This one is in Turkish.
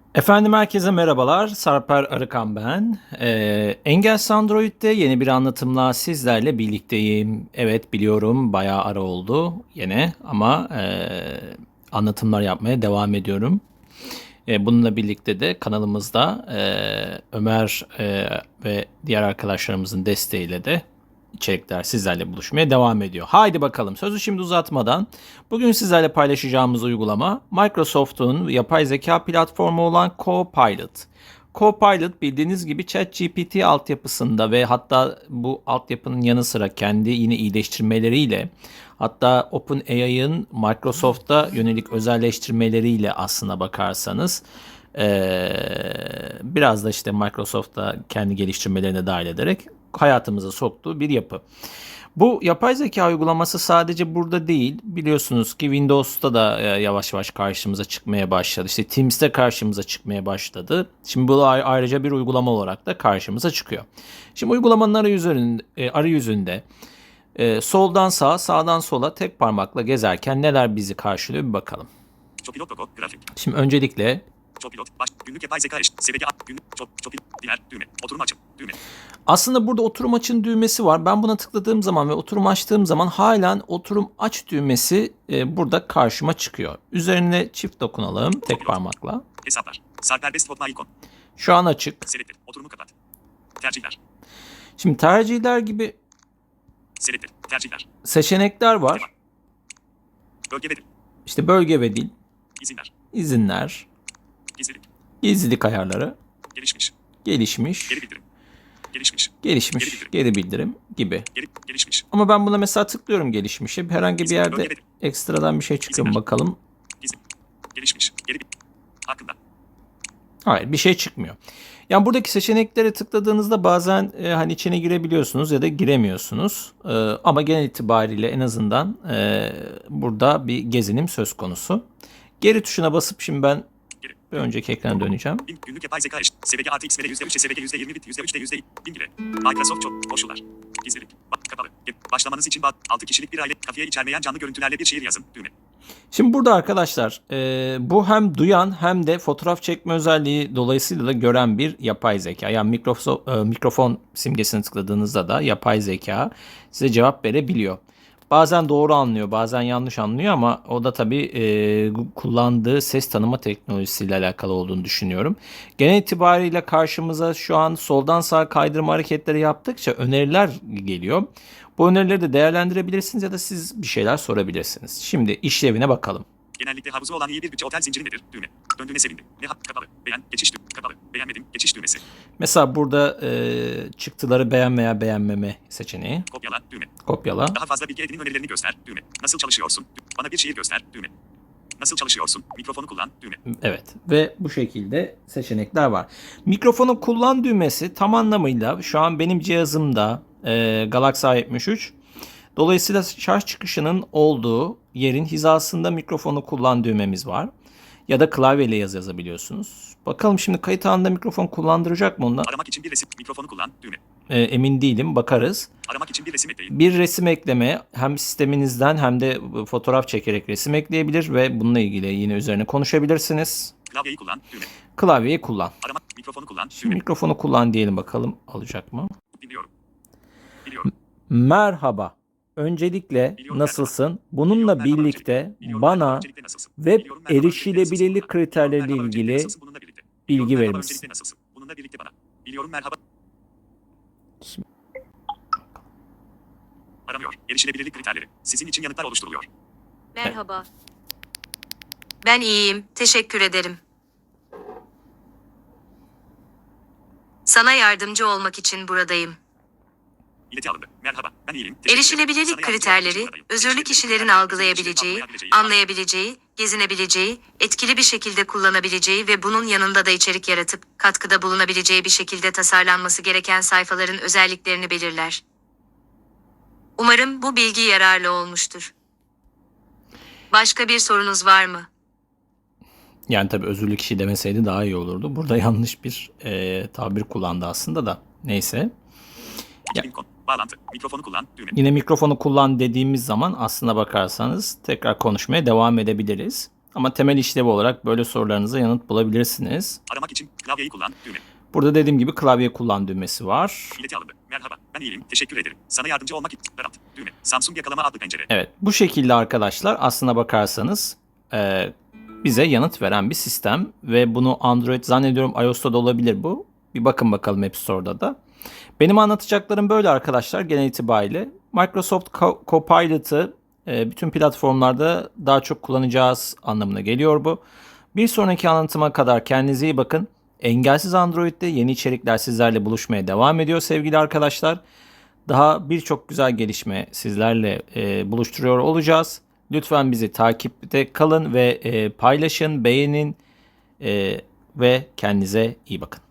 Efendim herkese merhabalar. Sarper Arıkan ben. Engels Android'de yeni bir anlatımla sizlerle birlikteyim. Evet biliyorum bayağı ara oldu yine ama anlatımlar yapmaya devam ediyorum. Bununla birlikte de kanalımızda Ömer ve diğer arkadaşlarımızın desteğiyle de içerikler sizlerle buluşmaya devam ediyor. Haydi bakalım sözü şimdi uzatmadan bugün sizlerle paylaşacağımız uygulama Microsoft'un yapay zeka platformu olan Copilot. Copilot bildiğiniz gibi ChatGPT altyapısında ve hatta bu altyapının yanı sıra kendi yine iyileştirmeleriyle hatta OpenAI'ın Microsoft'a yönelik özelleştirmeleriyle aslına bakarsanız biraz da işte Microsoft'ta kendi geliştirmelerine dahil ederek hayatımıza soktuğu bir yapı. Bu yapay zeka uygulaması sadece burada değil. Biliyorsunuz ki Windows'ta da yavaş yavaş karşımıza çıkmaya başladı. İşte Teams'te karşımıza çıkmaya başladı. Şimdi bu ayrıca bir uygulama olarak da karşımıza çıkıyor. Şimdi uygulamanın arayüzünde soldan sağa, sağdan sola tek parmakla gezerken neler bizi karşılıyor bir bakalım. Copilot logo, grafik. Şimdi öncelikle Copilot, günlük yapay zeka seviyede günlük Copilot, diğer düğme, oturum açın, düğme. Aslında burada oturum açın düğmesi var. Ben buna tıkladığım zaman ve oturum açtığım zaman halen oturum aç düğmesi burada karşıma çıkıyor. Üzerine çift dokunalım tek parmakla. Hesaplar. Serbest kodma ikon. Şu an açık. Selettir. Oturumu kapat. Tercihler. Şimdi tercihler gibi Selettir. Tercihler. Seçenekler var. Bölge ve dil. İşte bölge ve dil. İzinler. İzinler. Gizlilik. Gizlilik ayarları. Gelişmiş. Gelişmiş. Geri bildirim. Gelişmiş. Gelişmiş. Geri bildirim gibi. Gelişmiş. Ama ben buna mesela tıklıyorum gelişmişe. Herhangi bir yerde ekstradan bir şey çıkıyor mu bakalım. Gelişmiş. Geri hakkında. Hayır bir şey çıkmıyor. Yani buradaki seçeneklere tıkladığınızda bazen hani içine girebiliyorsunuz ya da giremiyorsunuz. Ama genel itibariyle en azından burada bir gezinim söz konusu. Geri tuşuna basıp şimdi ben bir önceki ekrana döneceğim. Günlük yapay zeka SVG artı XML %3 SVG %20 bit %3'te %2 İngiliz. Microsoft çok koşullar. Gizlilik. Kapalı. Başlamanız için 6 kişilik bir aile kafiye içermeyen canlı görüntülerle bir şiir yazın. Düğme. Şimdi burada arkadaşlar bu hem duyan hem de fotoğraf çekme özelliği dolayısıyla da gören bir yapay zeka. Yani mikrofon simgesini tıkladığınızda da yapay zeka size cevap verebiliyor. Bazen doğru anlıyor, bazen yanlış anlıyor ama o da tabii kullandığı ses tanıma teknolojisiyle alakalı olduğunu düşünüyorum. Genel itibariyle karşımıza şu an soldan sağa kaydırma hareketleri yaptıkça öneriler geliyor. Bu önerileri de değerlendirebilirsiniz ya da siz bir şeyler sorabilirsiniz. Şimdi işlevine bakalım. Genellikle havuzu olan iyi bir bütçe otel zinciri nedir? Düğme. Döndüğüne sevindim. Ne kapalı. Beğen. Geçiş düğme. Kapalı. Beğenmedim. Geçiş düğmesi. Mesela burada çıktıları beğen veya beğenmeme seçeneği. Kopyala. Düğme. Kopyala. Daha fazla bilgi edinin önerilerini göster. Düğme. Nasıl çalışıyorsun? Bana bir şiir göster. Düğme. Nasıl çalışıyorsun? Mikrofonu kullan. Düğme. Evet. Ve bu şekilde seçenekler var. Mikrofonu kullan düğmesi tam anlamıyla şu an benim cihazımda Galaxy A73. Dolayısıyla şarj çıkışının olduğu yerin hizasında mikrofonu kullan düğmemiz var. Ya da klavyeyle yazabiliyorsunuz. Bakalım şimdi kayıt anında mikrofon kullandıracak mı ondan? Aramak için bir resim mikrofonu kullan düğme. Emin değilim bakarız. Aramak için bir resim ekleyin. Bir resim ekleme hem sisteminizden hem de fotoğraf çekerek resim ekleyebilir ve bununla ilgili yine üzerine konuşabilirsiniz. Klavyeyi kullan düğme. Klavyeyi kullan. Aramak mikrofonu kullan düğme. Şimdi mikrofonu kullan diyelim bakalım alacak mı? Biliyorum. Merhaba. Öncelikle nasılsın? Bununla birlikte bana web erişilebilirlik kriterleriyle ilgili bilgi verir misin? Bununla birlikte bana. Biliyorum merhaba. Aramıyor. Erişilebilirlik kriterleri. Sizin için yanıtlar oluşturuluyor. Merhaba. Ben iyiyim, teşekkür ederim. Sana yardımcı olmak için buradayım. İleti alındı. Merhaba, ben iyiyim. Erişilebilirlik kriterleri, özürlü kişilerin algılayabileceği, anlayabileceği, gezinebileceği, etkili bir şekilde kullanabileceği ve bunun yanında da içerik yaratıp, katkıda bulunabileceği bir şekilde tasarlanması gereken sayfaların özelliklerini belirler. Umarım bu bilgi yararlı olmuştur. Başka bir sorunuz var mı? Yani tabii özürlü kişi demeseydi daha iyi olurdu. Burada yanlış bir tabir kullandı aslında da. Neyse. Bağlantı. Mikrofonu kullan. Yine mikrofonu kullan dediğimiz zaman aslına bakarsanız tekrar konuşmaya devam edebiliriz. Ama temel işlevi olarak böyle sorularınıza yanıt bulabilirsiniz. Aramak için klavyeyi kullan. Düğme. Burada dediğim gibi klavye kullan düğmesi var. İleti alındı. Merhaba. Ben iyiyim. Teşekkür ederim. Sana yardımcı olmak için. Berat. Düğme. Samsung yakalama adlı pencere. Evet, bu şekilde arkadaşlar aslına bakarsanız bize yanıt veren bir sistem ve bunu Android zannediyorum iOS'ta da olabilir bu. Bir bakın bakalım App Store'da da. Benim anlatacaklarım böyle arkadaşlar genel itibariyle. Microsoft Copilot'ı bütün platformlarda daha çok kullanacağız anlamına geliyor bu. Bir sonraki anlatıma kadar kendinize iyi bakın. Engelsiz Android'de yeni içerikler sizlerle buluşmaya devam ediyor sevgili arkadaşlar. Daha birçok güzel gelişme sizlerle buluşturuyor olacağız. Lütfen bizi takipte kalın ve paylaşın, beğenin ve kendinize iyi bakın.